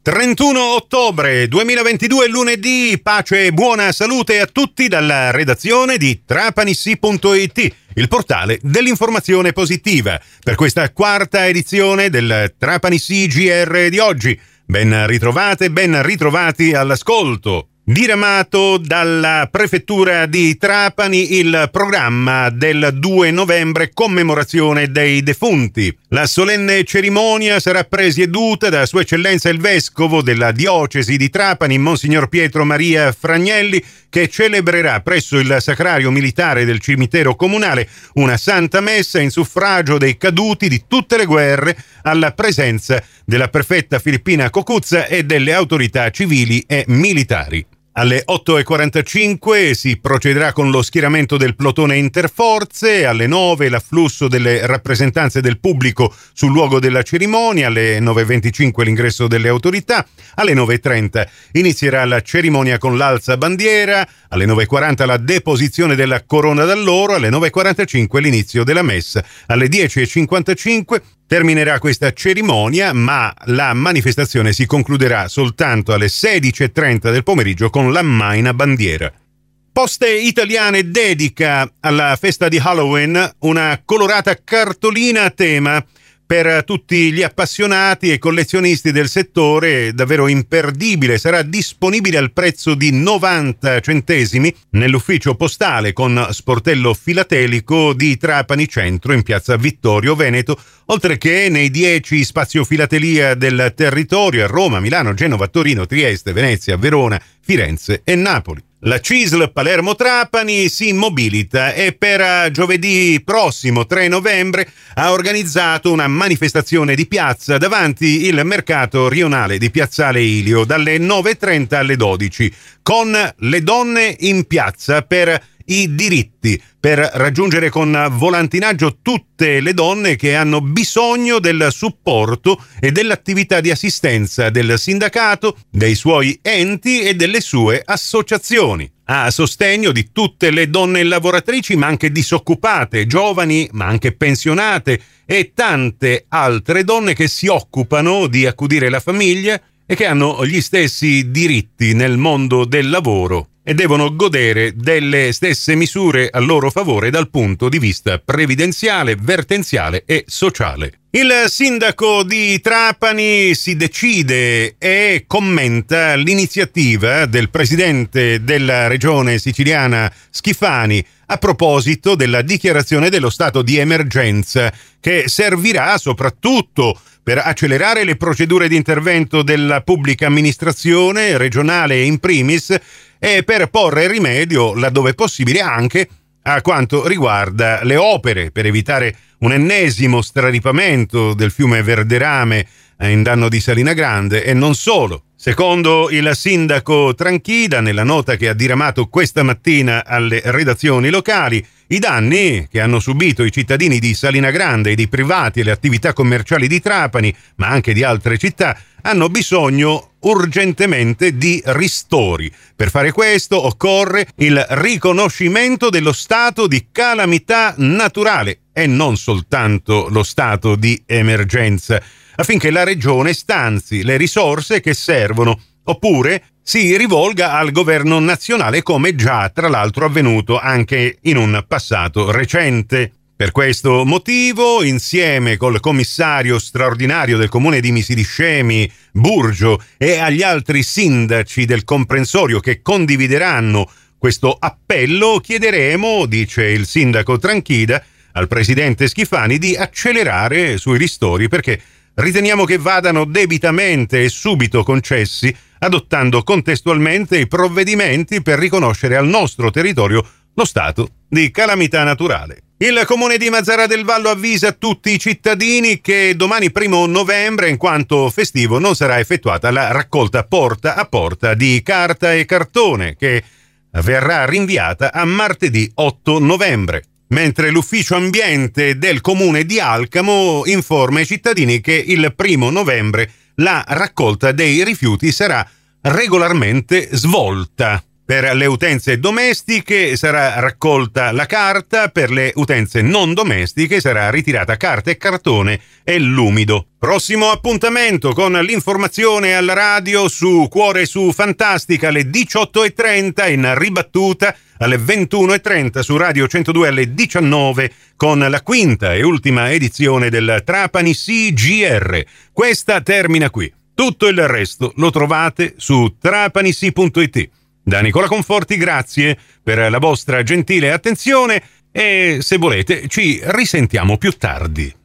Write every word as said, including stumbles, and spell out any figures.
trentuno ottobre duemilaventidue, lunedì. Pace e buona salute a tutti dalla redazione di Trapanissi punto it, il portale dell'informazione positiva, per questa quarta edizione del Trapanissi G R di oggi. Ben ritrovate, ben ritrovati all'ascolto. Diramato dalla prefettura di Trapani il programma del due novembre, commemorazione dei defunti. La solenne cerimonia sarà presieduta da Sua Eccellenza il Vescovo della Diocesi di Trapani, Monsignor Pietro Maria Fragnelli, che celebrerà presso il Sacrario Militare del Cimitero Comunale una santa messa in suffragio dei caduti di tutte le guerre, alla presenza della prefetta filippina Cocuzza e delle autorità civili e militari. Alle otto e quarantacinque si procederà con lo schieramento del plotone interforze, alle nove l'afflusso delle rappresentanze del pubblico sul luogo della cerimonia, alle nove e venticinque l'ingresso delle autorità, alle nove e trenta inizierà la cerimonia con l'alza bandiera, alle nove e quaranta la deposizione della corona d'alloro, alle nove e quarantacinque l'inizio della messa, alle dieci e cinquantacinque terminerà questa cerimonia, ma la manifestazione si concluderà soltanto alle sedici e trenta del pomeriggio con l'ammaina bandiera. Poste Italiane dedica alla festa di Halloween una colorata cartolina a tema per tutti gli appassionati e collezionisti del settore, davvero imperdibile. Sarà disponibile al prezzo di novanta centesimi nell'ufficio postale con sportello filatelico di Trapani Centro in piazza Vittorio Veneto, oltre che nei dieci spazio-filatelia del territorio a Roma, Milano, Genova, Torino, Trieste, Venezia, Verona, Firenze e Napoli. La C I S L Palermo Trapani si mobilita e per giovedì prossimo tre novembre ha organizzato una manifestazione di piazza davanti il mercato rionale di Piazzale Ilio dalle nove e trenta alle dodici, con le donne in piazza per i diritti, per raggiungere con volantinaggio tutte le donne che hanno bisogno del supporto e dell'attività di assistenza del sindacato, dei suoi enti e delle sue associazioni, a sostegno di tutte le donne lavoratrici ma anche disoccupate, giovani ma anche pensionate e tante altre donne che si occupano di accudire la famiglia e che hanno gli stessi diritti nel mondo del lavoro e devono godere delle stesse misure a loro favore dal punto di vista previdenziale, vertenziale e sociale. Il sindaco di Trapani si decide e commenta l'iniziativa del presidente della regione siciliana Schifani a proposito della dichiarazione dello stato di emergenza, che servirà soprattutto per accelerare le procedure di intervento della pubblica amministrazione regionale in primis e per porre rimedio, laddove possibile, anche a quanto riguarda le opere, per evitare un ennesimo straripamento del fiume Verderame in danno di Salina Grande e non solo. Secondo il sindaco Tranchida, nella nota che ha diramato questa mattina alle redazioni locali, i danni che hanno subito i cittadini di Salina Grande, i privati e le attività commerciali di Trapani, ma anche di altre città, hanno bisogno urgentemente di ristori. Per fare questo occorre il riconoscimento dello stato di calamità naturale e non soltanto lo stato di emergenza, affinché la regione stanzi le risorse che servono, oppure si rivolga al governo nazionale, come già tra l'altro avvenuto anche in un passato recente. Per questo motivo, insieme col commissario straordinario del comune di Misiliscemi, Burgio, e agli altri sindaci del comprensorio che condivideranno questo appello, chiederemo, dice il sindaco Tranchida, al presidente Schifani di accelerare sui ristori, perché riteniamo che vadano debitamente e subito concessi, adottando contestualmente i provvedimenti per riconoscere al nostro territorio lo stato di calamità naturale. Il comune di Mazara del Vallo avvisa tutti i cittadini che domani primo novembre, in quanto festivo, non sarà effettuata la raccolta porta a porta di carta e cartone, che verrà rinviata a martedì otto novembre. Mentre l'ufficio ambiente del comune di Alcamo informa i cittadini che il primo novembre la raccolta dei rifiuti sarà regolarmente svolta. Per le utenze domestiche sarà raccolta la carta, per le utenze non domestiche sarà ritirata carta e cartone e l'umido. Prossimo appuntamento con l'informazione alla radio su Cuore su Fantastica alle diciotto e trenta, in ribattuta alle ventuno e trenta su Radio centodue alle diciannove con la quinta e ultima edizione del Trapani C G R. Questa termina qui. Tutto il resto lo trovate su trapanissi punto it. Da Nicola Conforti grazie per la vostra gentile attenzione e se volete ci risentiamo più tardi.